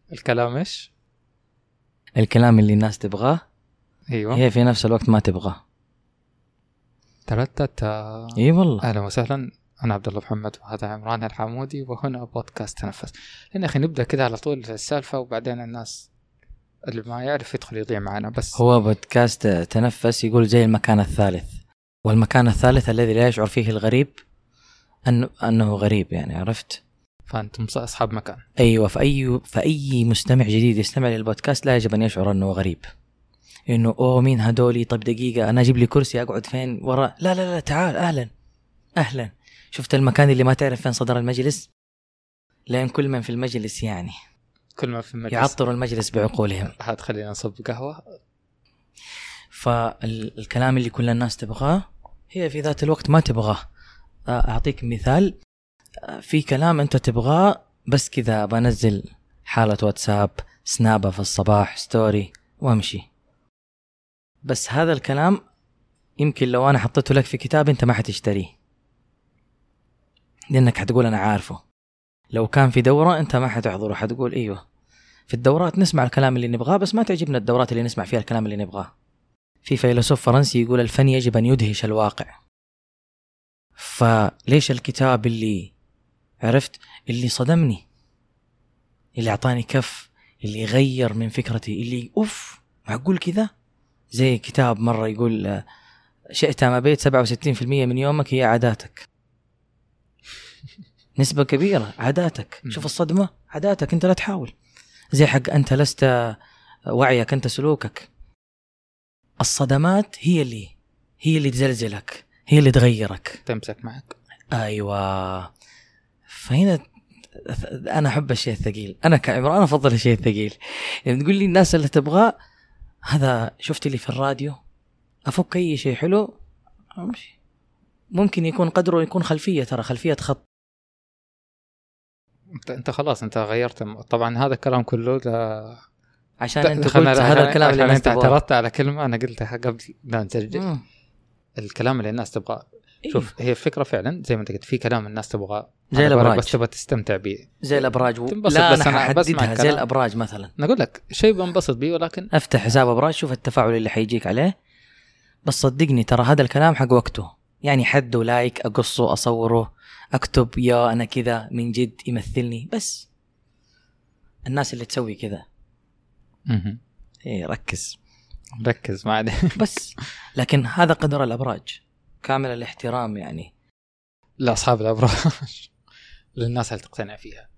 الكلام إيش؟ الكلام اللي الناس تبغاه أيوة. هي في نفس الوقت ما تبغاه. اي والله. اهلا وسهلا، انا عبد الله محمد وهذا عمران الحامودي وهنا بودكاست تنفس. لان اخي نبدا كده على طول السالفه وبعدين الناس اللي ما يعرف يدخل يضيع معنا. بس هو بودكاست تنفس يقول زي المكان الثالث، والمكان الثالث الذي لا يشعر فيه الغريب أنه غريب، يعني عرفت؟ فانتم اصحاب مكان. ايوه، فاي مستمع جديد يستمع للبودكاست لا يجب ان يشعر انه غريب، انه اوه مين هدولي، طب دقيقه انا اجيب لي كرسي اقعد فين ورا. لا لا لا، تعال، اهلا. شفت المكان اللي ما تعرف فين صدر المجلس، لان كل من في المجلس يعني كل ما في المجلس يعطروا المجلس بعقولهم. هات خلينا نصب قهوه. فالكلام اللي كل الناس تبغاه هي في ذات الوقت ما تبغاه. اعطيك مثال، في كلام انت تبغاه بس كذا بنزل حالة واتساب، سنابة في الصباح، ستوري وامشي. بس هذا الكلام يمكن لو انا حطيته لك في كتاب انت ما حتشتريه، لانك حتقول انا عارفه. لو كان في دورة انت ما حتحضره، حتقول ايوه في الدورات نسمع الكلام اللي نبغاه بس ما تعجبنا الدورات اللي نسمع فيها الكلام اللي نبغاه. في فيلسوف فرنسي يقول الفن يجب ان يدهش الواقع. فليش الكتاب اللي عرفت، اللي صدمني، اللي اعطاني كف، اللي يغير من فكرتي، اللي اوف معقول كذا، زي كتاب مرة يقول شئت ما بيت 67% من يومك هي عاداتك. نسبة كبيرة عاداتك. شوف الصدمة، عاداتك انت لا تحاول. زي حق انت لست وعيك انت سلوكك. الصدمات هي اللي تزلزلك، هي اللي تغيرك، تمسك معك. ايوه. فهنا انا احب الشيء الثقيل، انا كعمران افضل الشيء الثقيل. يعني تقول لي الناس اللي تبغاه هذا، شفت اللي في الراديو افك اي شيء حلو امشي، ممكن يكون قدره يكون خلفيه، ترى خلفيه خط. انت خلاص انت غيرت. طبعا هذا الكلام كله ده عشان انت قلت هذا الكلام اللي الناس تبغاه. اعترضت على كلمه انا قلتها قبل لا نسجل. الكلام اللي الناس تبغاه. شوف هي الفكرة فعلا زي ما انت قلت، في كلام الناس تبغى زي الابراج، بس تبغى تستمتع بيه زي الابراج لا انا ححددها زي الابراج مثلا. نقول لك شيء بنبسط بيه، ولكن افتح حساب ابراج شوف التفاعل اللي حيجيك عليه. بس صدقني ترى هذا الكلام حق وقته، يعني حد ولايك اقصه اصوره اكتب يا انا كذا من جد يمثلني. بس الناس اللي تسوي كذا ركز معي بس. لكن هذا قدر الابراج، كامل الاحترام يعني لأصحاب الأبراج للناس اللي تقتنع فيها،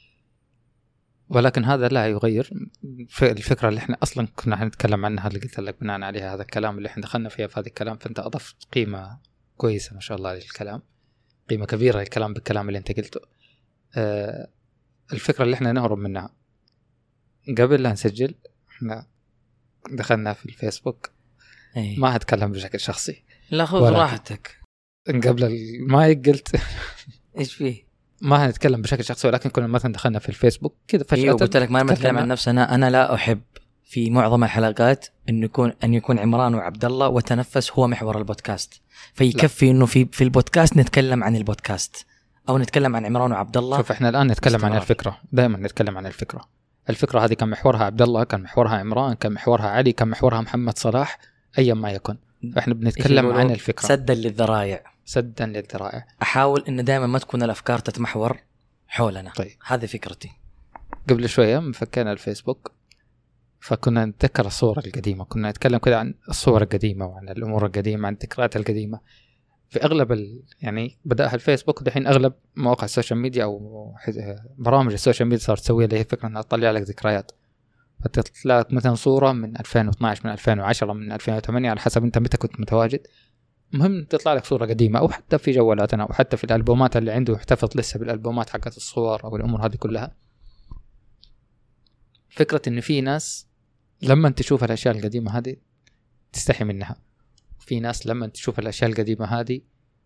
ولكن هذا لا يغير الفكرة اللي احنا أصلا كنا نتكلم عنها، اللي قلت لك بناء عليها هذا الكلام اللي احنا دخلنا فيها في هذا الكلام. فأنت أضفت قيمة كويسة ما شاء الله للكلام، قيمة كبيرة للكلام بالكلام اللي انت قلته. الفكرة اللي احنا نهرب منها قبل لا نسجل، احنا دخلنا في الفيسبوك. ما هتكلم بشكل شخصي، لا خذ راحتك. قبل ما قلت ايش فيه، ما هنتكلم بشكل شخصي، ولكن كنا مثلا دخلنا في الفيسبوك كذا فجأة. قلت لك ما نتكلم عن نفسنا. أنا لا أحب في معظم الحلقات أن يكون عمران وعبد الله وتنفس هو محور البودكاست. فيكفي إنه في البودكاست نتكلم عن البودكاست أو نتكلم عن عمران وعبد الله. شوف إحنا الآن نتكلم عن الفكرة، دائما نتكلم عن الفكرة هذه كان محورها عبد الله، كان محورها عمران، كان محورها علي، كان محورها محمد صلاح، أيا ما يكن. إحنا بنتكلم عن الفكرة سدا للذرائع. أحاول إن دائما ما تكون الأفكار تتمحور حولنا. طيب. هذه فكرتي. قبل شوية مفكرنا الفيسبوك، فكنا نتذكر الصور القديمة، كنا نتكلم كده عن الصور القديمة وعن الأمور القديمة، عن الذكريات القديمة. في أغلب يعني بدأها الفيسبوك، دحين أغلب مواقع السوشيال ميديا أو برامج السوشيال ميديا صارت تسوي اللي هي فكرة أنها تطلع لك ذكريات. فتطلع لك مثلا صورة من 2012 من 2010 من 2008 على حسب أنت متى كنت متواجد. مهم تطلع لك صورة قديمة، أو حتى في جوالاتنا، أو حتى في الألبومات اللي عنده يحتفظ لسه بالألبومات حقت الصور أو الأمور هذه كلها. فكرة إن في ناس لما تشوف الأشياء القديمة هذه تستحي منها، في ناس لما تشوف الأشياء القديمة هذه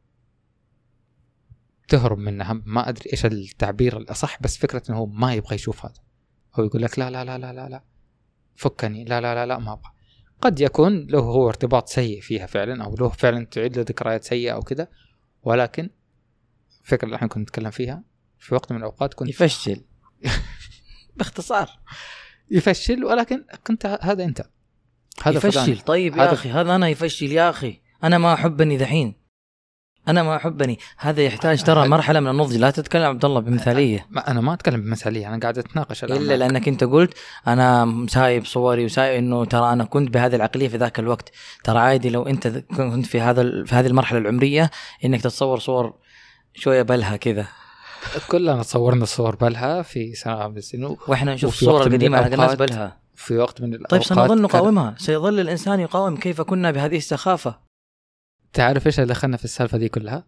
تهرب منها. ما أدري إيش التعبير الأصح، بس فكرة إنه هو ما يبغى يشوف هذا، هو يقول لك لا لا لا لا لا لا فكني، لا لا لا لا ما أبغى. قد يكون له هو ارتباط سيء فيها فعلا، أو له فعلا تعيد له ذكريات سيئة أو كده، ولكن الفكرة اللي احنا كنا نتكلم فيها في وقت من الأوقات كنت يفشل باختصار يفشل، ولكن كنت هذا انت، هذا يفشل فلان. طيب يا اخي هذا انا يفشل يا اخي، انا ما احبني دحين، انا ما احبني، هذا يحتاج ترى مرحله من النضج. لا تتكلم عبد الله بمثاليه. انا ما اتكلم بمثاليه، انا قاعد اتناقش الان الا لانك انت قلت انا سايب صوري وسايب انه ترى انا كنت بهذه العقليه في ذاك الوقت. ترى عادي لو انت كنت في هذه المرحله العمريه انك تتصور صور شويه بلها كذا. كلنا تصورنا صور بلها في سنه من السنين، واحنا نشوف الصور القديمه على الناس بلها في وقت من الأوقات. طيب سنظل نقاومها، سيظل الإنسان يقاوم كيف كنا بهذه السخافة. تعرف إيش اللي دخلنا في السالفة دي كلها؟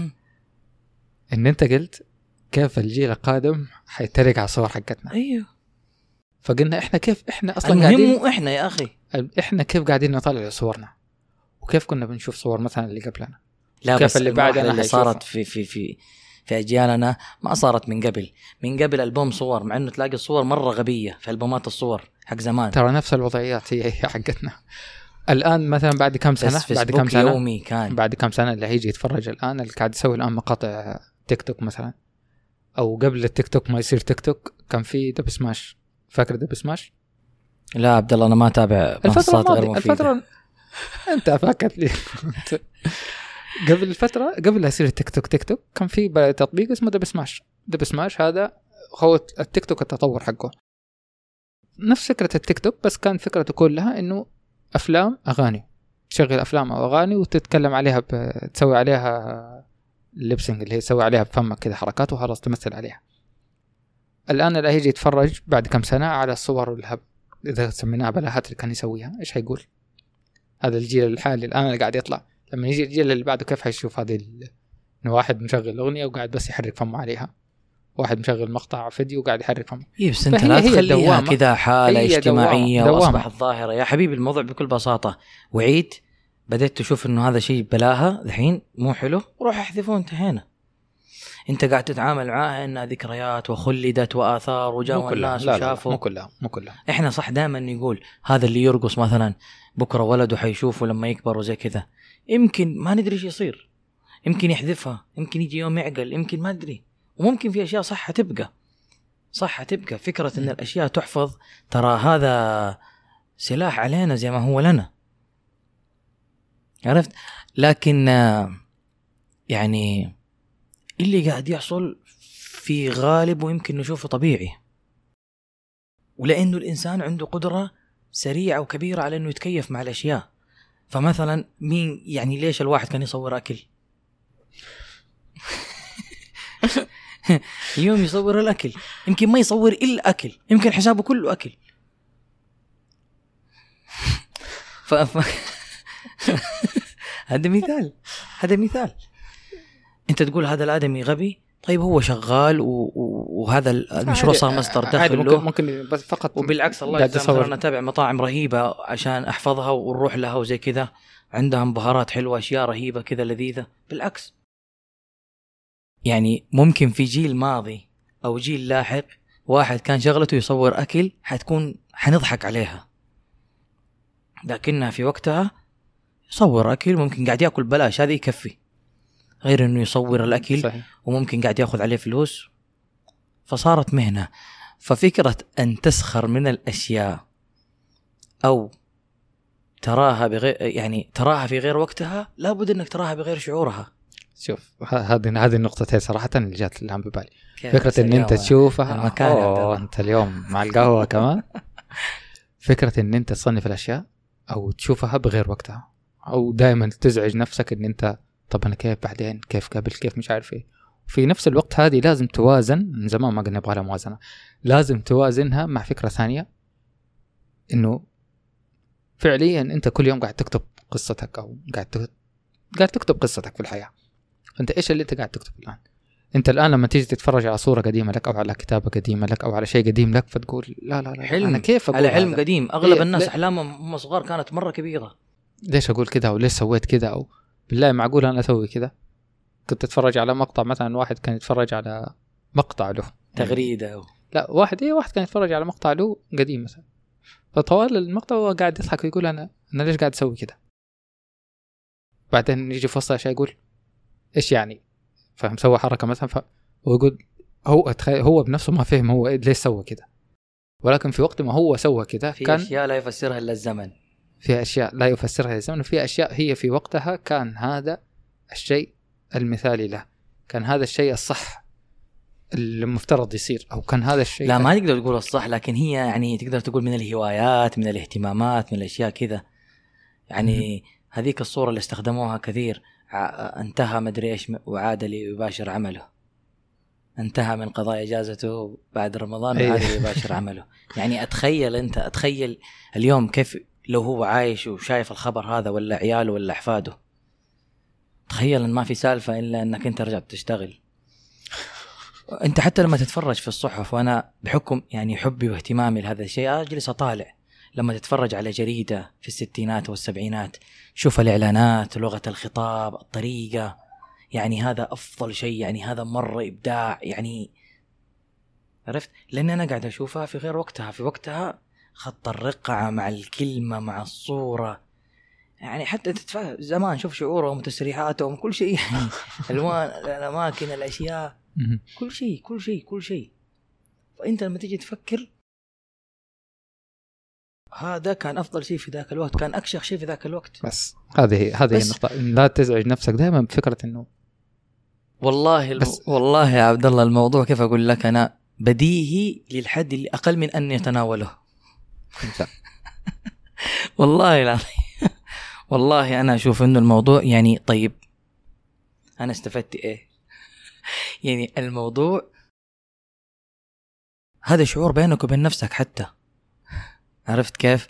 إن أنت قلت كيف الجيل القادم حيترك على الصور حقتنا. أيوه. فقلنا إحنا كيف إحنا أصلاً قاعدين، المهم إحنا يا أخي إحنا كيف قاعدين نطلع صورنا، وكيف كنا بنشوف صور مثلاً اللي قبلنا. لا كيف بس اللي بعدنا اللي صارت في أجيالنا ما صارت من قبل ألبوم صور، مع إنه تلاقي الصور مرة غبية في ألبومات الصور حق زمان. ترى نفس الوضعيات هي حقتنا الآن. مثلا بعد كم سنة يومي كان بعد كم سنة اللي هيجي يتفرج الآن، اللي قاعد يسوي الآن مقاطع تيك توك مثلا، أو قبل التيك توك ما يصير تيك توك كان في دب سماش. فاكر دب سماش؟ لا عبد الله أنا ما أتابع الفترة أنت فاكر لي قبل الفترة قبل لا يصير تيك توك كان في تطبيق اسمه دب سماش. هذا هو التيك توك التطور حقه، نفس فكرة التيك توك، بس كان فكرته كلها إنه أفلام أغاني، تشغل أفلام أو أغاني وتتكلم عليها تسوي عليها الليبسينج اللي هي تسوي عليها بفمك كده حركات وخلاص تمثل عليها. الآن اللي هيجي يتفرج بعد كم سنة على الصور والهب إذا سميناها بلاهات اللي كان يسويها، إيش هيقول هذا الجيل الحالي الآن اللي قاعد يطلع؟ لما يجي الجيل اللي بعده كيف هيشوف هذه إنه واحد مشغل أغنية وقاعد بس يحرك فمه عليها، واحد مشغل مقطع فيديو وقاعد يحرك فمه. بس انت لا تخليها كذا حالة اجتماعية واصبحت ظاهرة يا حبيبي. الموضوع بكل بساطة وعيد، بدأت تشوف انه هذا شيء بلاها الحين مو حلو، روح احذفوه، انتهينا. انت قاعد تتعامل معاها انها ذكريات وخلدت واثار وجاوا الناس وشافوا. مو كلها. احنا صح دائما نقول هذا اللي يرقص مثلا بكرة ولده حيشوفه لما يكبر وزي كذا، يمكن ما ندري ايش يصير، يمكن يحذفها، يمكن يجي يوم يعقل، يمكن ما ادري. وممكن في أشياء صح تبقى. فكرة إن الأشياء تحفظ ترى هذا سلاح علينا زي ما هو لنا، عرفت؟ لكن يعني اللي قاعد يحصل في غالب ويمكن نشوفه طبيعي، ولأنه الإنسان عنده قدرة سريعة وكبيرة على إنه يتكيف مع الأشياء. فمثلا مين يعني ليش الواحد كان يصور أكل اليوم يصور الأكل، يمكن ما يصور إلا أكل، يمكن حسابه كله أكل. هذا مثال. أنت تقول هذا الآدمي غبي، طيب هو شغال وهذا المشروع صار مصدر دخل له، ممكن بس فقط. وبالعكس الله يجزاهم، أنا أتابع مطاعم رهيبة عشان أحفظها ونروح لها وزي كذا، عندهم بهارات حلوة، أشياء رهيبة كذا لذيذة. بالعكس يعني ممكن في جيل ماضي أو جيل لاحق واحد كان شغلته يصور أكل حنضحك عليها، لكنها في وقتها يصور أكل ممكن قاعد يأكل بلاش، هذا يكفي، غير إنه يصور الأكل صحيح. وممكن قاعد يأخذ عليه فلوس، فصارت مهنة. ففكرة أن تسخر من الأشياء أو تراها تراها في غير وقتها، لابد إنك تراها بغير شعورها. شوف هذه النقطتين صراحة اللي جات الآن ببالي، فكرة إن أنت تشوفها أنت اليوم مع القهوة كمان فكرة إن أنت تصنف الأشياء أو تشوفها بغير وقتها، أو دائما تزعج نفسك إن أنت طب أنا كيف بعدين، كيف قبل، كيف مش عارف إيه. في نفس الوقت هذه لازم توازن، من زمان ما قلنا نبغى لها موازنة، لازم توازنها مع فكرة ثانية، إنه فعليا أنت كل يوم قاعد تكتب قصتك أو قاعد تكتب قصتك في الحياة. أنت إيش اللي أنت قاعد تكتب الآن؟ أنت الآن لما تيجي تتفرج على صورة قديمة لك أو على كتابة قديمة لك أو على شيء قديم لك فتقول لا حلم، أنا كيف أقول على حلم قديم. أغلب الناس أحلامهم هم صغار كانت مرة كبيرة، ليش أقول كذا أو ليش سويت كذا أو بالله معقول أنا أسوي كذا. كنت أتفرج على مقطع مثلا، واحد كان يتفرج على مقطع له تغريدة لا واحد كان يتفرج على مقطع له قديم مثلا، فطوال المقطع هو قاعد يضحك ويقول أنا ليش قاعد أسوي كذا. بعدين يجي في وسط شيء يقول إيش يعني، فهم سوى حركة مثلا ويقول هو بنفسه ما فهم هو ليش سوى كذا. ولكن في وقت ما هو سوى كذا في كان اشياء لا يفسرها الا الزمن. في أشياء لا يفسرها الزمن، وفي أشياء هي في وقتها كان هذا الشيء المثالي له، كان هذا الشيء الصح المفترض يصير، أو كان هذا الشيء لا ما تقدر تقول الصح، لكن هي يعني تقدر تقول من الهوايات، من الاهتمامات، من الأشياء كذا يعني. هذيك الصورة اللي استخدموها كثير، انتهى مدري إيش وعاد ليباشر عمله، انتهى من قضاء إجازته بعد رمضان وعاد ليباشر عمله. يعني أتخيل اليوم كيف لو هو عايش وشايف الخبر هذا، ولا عياله ولا أحفاده. تخيل أن ما في سالفة إلا أنك أنت رجعت تشتغل. أنت حتى لما تتفرج في الصحف، وأنا بحكم يعني حبي واهتمامي لهذا الشيء أجلس أطالع، لما تتفرج على جريدة في الستينات والسبعينات، شوف الإعلانات، لغة الخطاب، الطريقة، يعني هذا أفضل شيء، يعني هذا مرة إبداع يعني. عرفت؟ لأن أنا قاعد أشوفها في غير وقتها. في وقتها خط الرقعة مع الكلمة مع الصورة، يعني حتى تتفهم زمان، شوف شعورهم وتسريحاتهم كل شيء يعني الوان الاماكن الاشياء كل شيء. فانت لما تيجي تفكر هذا كان افضل شيء في ذاك الوقت، كان اكشخ شيء في ذاك الوقت. بس هذه النقطة، لا تزعج نفسك دائما بفكرة انه والله يا عبد الله الموضوع كيف اقول لك، انا بديهي للحد اللي اقل من ان يتناوله والله العظيم والله أنا أشوف إنه الموضوع يعني طيب أنا استفدت إيه يعني الموضوع هذا شعور بينك وبين نفسك حتى. عرفت كيف؟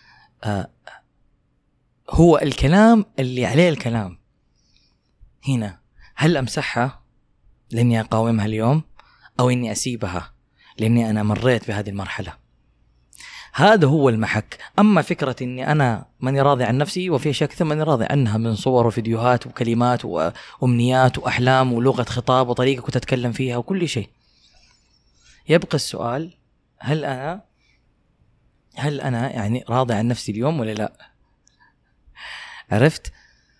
هو الكلام اللي عليه الكلام هنا، هل أمسحها لأني أقاومها اليوم، أو إني أسيبها لأني أنا مريت بهذه المرحلة؟ هذا هو المحك. أما فكرة إني أنا ماني راضي عن نفسي، وفي أشياء كثير ماني راضي عنها من صور وفيديوهات وكلمات وأمنيات وأحلام ولغة خطاب وطريقة كنت أتكلم فيها وكل شيء. يبقى السؤال، هل أنا يعني راضي عن نفسي اليوم ولا لا؟ عرفت؟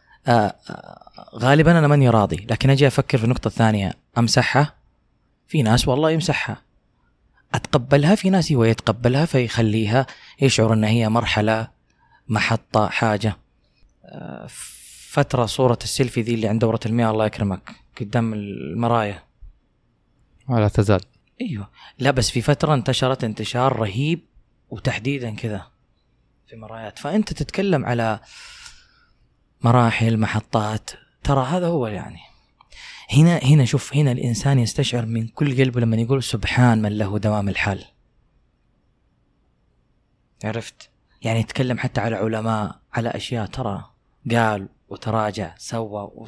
غالبا أنا ماني راضي، لكن أجي أفكر في النقطة الثانية، أمسحها. في ناس والله يمسحها، أتقبلها، في ناس هو يتقبلها فيخليها يشعر أن هي مرحلة، محطة، حاجة. فترة صورة السيلفي ذي اللي عند دورة المياه الله يكرمك قدام المرايا ولا تزال. أيوه، لا بس في فترة انتشرت انتشار رهيب، وتحديدا كذا في مرايات. فأنت تتكلم على مراحل، محطات، ترى هذا هو يعني. هنا شوف، هنا الإنسان يستشعر من كل قلبه لما يقول سبحان من له دوام الحال. عرفت؟ يعني يتكلم حتى على علماء، على أشياء ترى قال وتراجع، سوى.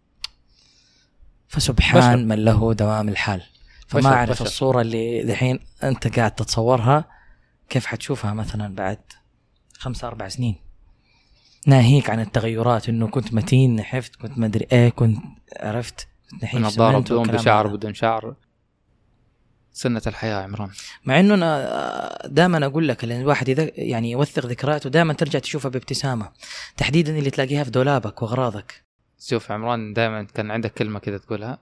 فسبحان بشر. من له دوام الحال. فما أعرف الصورة اللي دحين أنت قاعد تتصورها كيف حتشوفها مثلا بعد 5-4 سنين، ناهيك عن التغيرات، إنه كنت متين، نحفت، كنت مدري إيه، كنت عرفت نظارة بدون بشعر بدون شعر، سنة الحياة عمران. مع إنه أنا دائما أقول لك لأن الواحد إذا يعني يوثق ذكرياته دائما ترجع تشوفها بابتسامة، تحديدا اللي تلاقيها في دولابك وأغراضك. شوف عمران، دائما كان عندك كلمة كذا تقولها،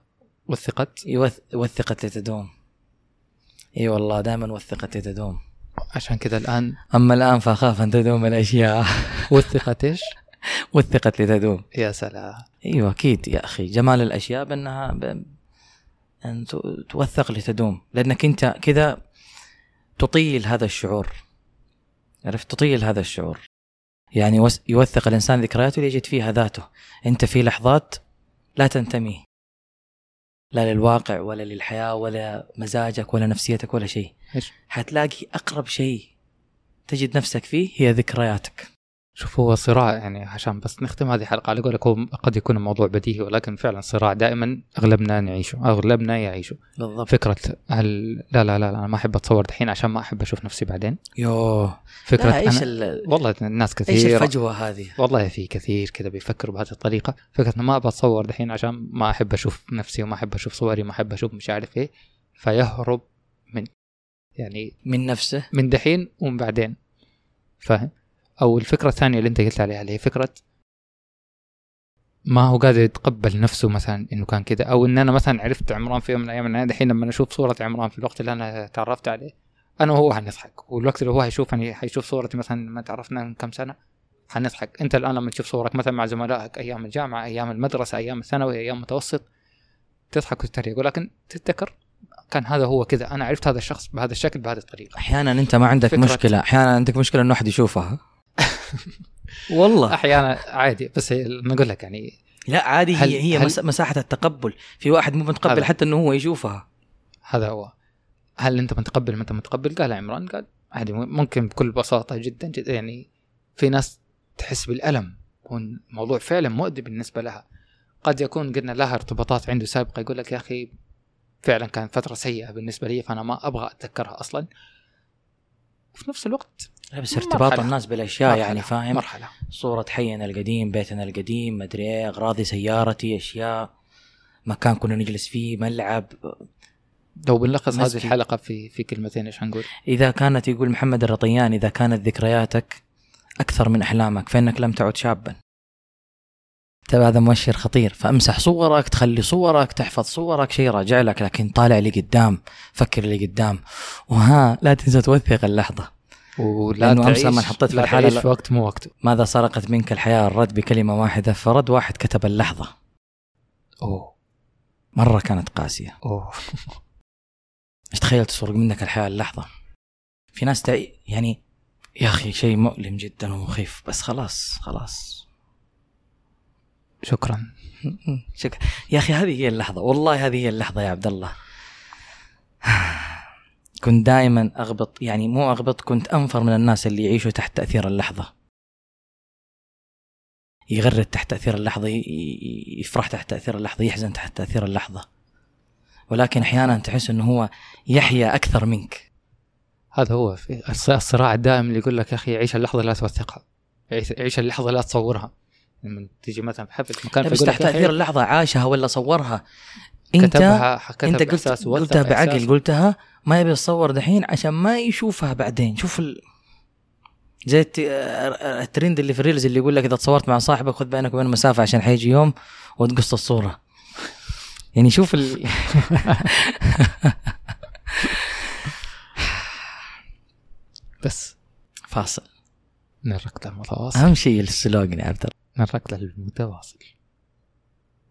وثقت لتدوم. اي والله دائما وثقت لتدوم، عشان كذا الآن أما الآن فأخاف أن تدوم الأشياء. وثقت إيش؟ وثقت لتدوم. يا سلام. ايوه اكيد يا اخي، جمال الاشياء بانها ان توثق لتدوم، لانك انت كذا تطيل هذا الشعور. عرفت؟ تطيل هذا الشعور، يعني يوثق الانسان ذكرياته ليجد فيها ذاته. انت في لحظات لا تنتمي لا للواقع ولا للحياه ولا مزاجك ولا نفسيتك ولا شيء، حتلاقي اقرب شيء تجد نفسك فيه هي ذكرياتك. شوف، هو صراع يعني، عشان بس نختم هذه الحلقة على قولك، هو قد يكون الموضوع بديهي ولكن فعلا صراع دائما أغلبنا يعيشه. بالضبط. فكرة لا أنا ما أحب أتصور دحين عشان ما أحب أشوف نفسي بعدين. فكرة والله الناس كثير، إيش الفجوة هذه؟ والله في كثير كذا بيفكروا بهذه الطريقة، فكرة أنه ما بتصور دحين عشان ما أحب أشوف نفسي وما أحب أشوف صوري وما أحب أشوف مش عارف إيه، فيهرب من نفسه من دحين ومن بعدين. فاهم؟ أو الفكرة الثانية اللي أنت قلت عليها اللي هي فكرة ما هو قادر يتقبل نفسه مثلا إنه كان كده، أو إن أنا مثلا عرفت عمران في يوم من الأيام، أنا دحين لما أشوف صورة عمران في الوقت اللي أنا تعرفت عليه انا وهو حنضحك، والوقت اللي هو هيشوفني حيشوف صورتي مثلا ما تعرفنا من كم سنه حنضحك. انت الان لما تشوف صورك مثلا مع زملائك ايام الجامعه، ايام المدرسه، ايام الثانوي، ايام المتوسط، تضحك وتتريق، ولكن تتذكر كان هذا هو كذا، انا عرفت هذا الشخص بهذا الشكل بهذه الطريقه. احيانا انت ما عندك مشكله، احيانا عندك مشكله انه احد يشوفها. والله احيانا عادي، بس نقول لك يعني لا عادي، هي مساحه التقبل. في واحد مو متقبل حتى انه هو يشوفها. هذا هو. هل انت متقبل؟ ما انت متقبل؟ قال عمران قال عادي، ممكن بكل بساطه جدا جدا. يعني في ناس تحس بالالم والموضوع فعلا مؤذي بالنسبه لها. قد يكون قلنا لها ارتباطات عنده سابقه، يقول لك يا اخي فعلا كانت فتره سيئه بالنسبه لي فانا ما ابغى اتذكرها اصلا. وفي نفس الوقت بس ارتباط الناس بالاشياء يعني فاهم، مرحله صوره حينا القديم، بيتنا القديم، مدري ايه، اغراضي سيارتي، اشياء، مكان كنا نجلس فيه، ملعب. لو بنلخص هذه الحلقه في كلمتين ايش هنقول؟ اذا كانت، يقول محمد الرطيان، اذا كانت ذكرياتك اكثر من احلامك فانك لم تعد شابا. تبع هذا مؤشر خطير. فامسح صورك، تخلي صورك، تحفظ صورك، شيء راجع لك، لكن طالع لي قدام، فكر لي قدام، وها لا تنسى توثق اللحظه. ولا تعيش ما حطيت في الحالة في وقت مو وقته. ماذا سرقت منك الحياة؟ الرد بكلمة واحدة، فرد واحد كتب اللحظة. مرة كانت قاسية. مش تخيل تسرق منك الحياة اللحظة. في ناس يعني يا أخي شيء مؤلم جدا ومخيف، بس خلاص شكرا يا أخي. هذه هي اللحظة، والله هذه هي اللحظة يا عبد الله. كنت دائما أغبط، يعني مو أغبط، كنت أنفر من الناس اللي يعيشوا تحت تأثير اللحظة، يغرد تحت تأثير اللحظة، يفرح تحت تأثير اللحظة، يحزن تحت تأثير اللحظة، ولكن أحيانا تحس أنه هو يحيا أكثر منك. هذا هو في الصراع الدائم اللي يقول لك يا أخي عيش اللحظة لا توثقها، عيش اللحظة لا تصورها. لما تيجي مثلا في حفل مكان بس تحت تأثير اللحظة عاشها ولا صورها؟ انت قلتها بعقل، قلتها ما يبي يتصور دحين عشان ما يشوفها بعدين. شوف زي الترند اللي في الريلز اللي يقول لك اذا تصورت مع صاحبك خذ بينك وبين مسافة عشان حيجي يوم وتقص الصورة. يعني شوف بس فاصل، نركض المتواصل. اهم شيء السلوغن يا عبد الله، نركض المتواصل.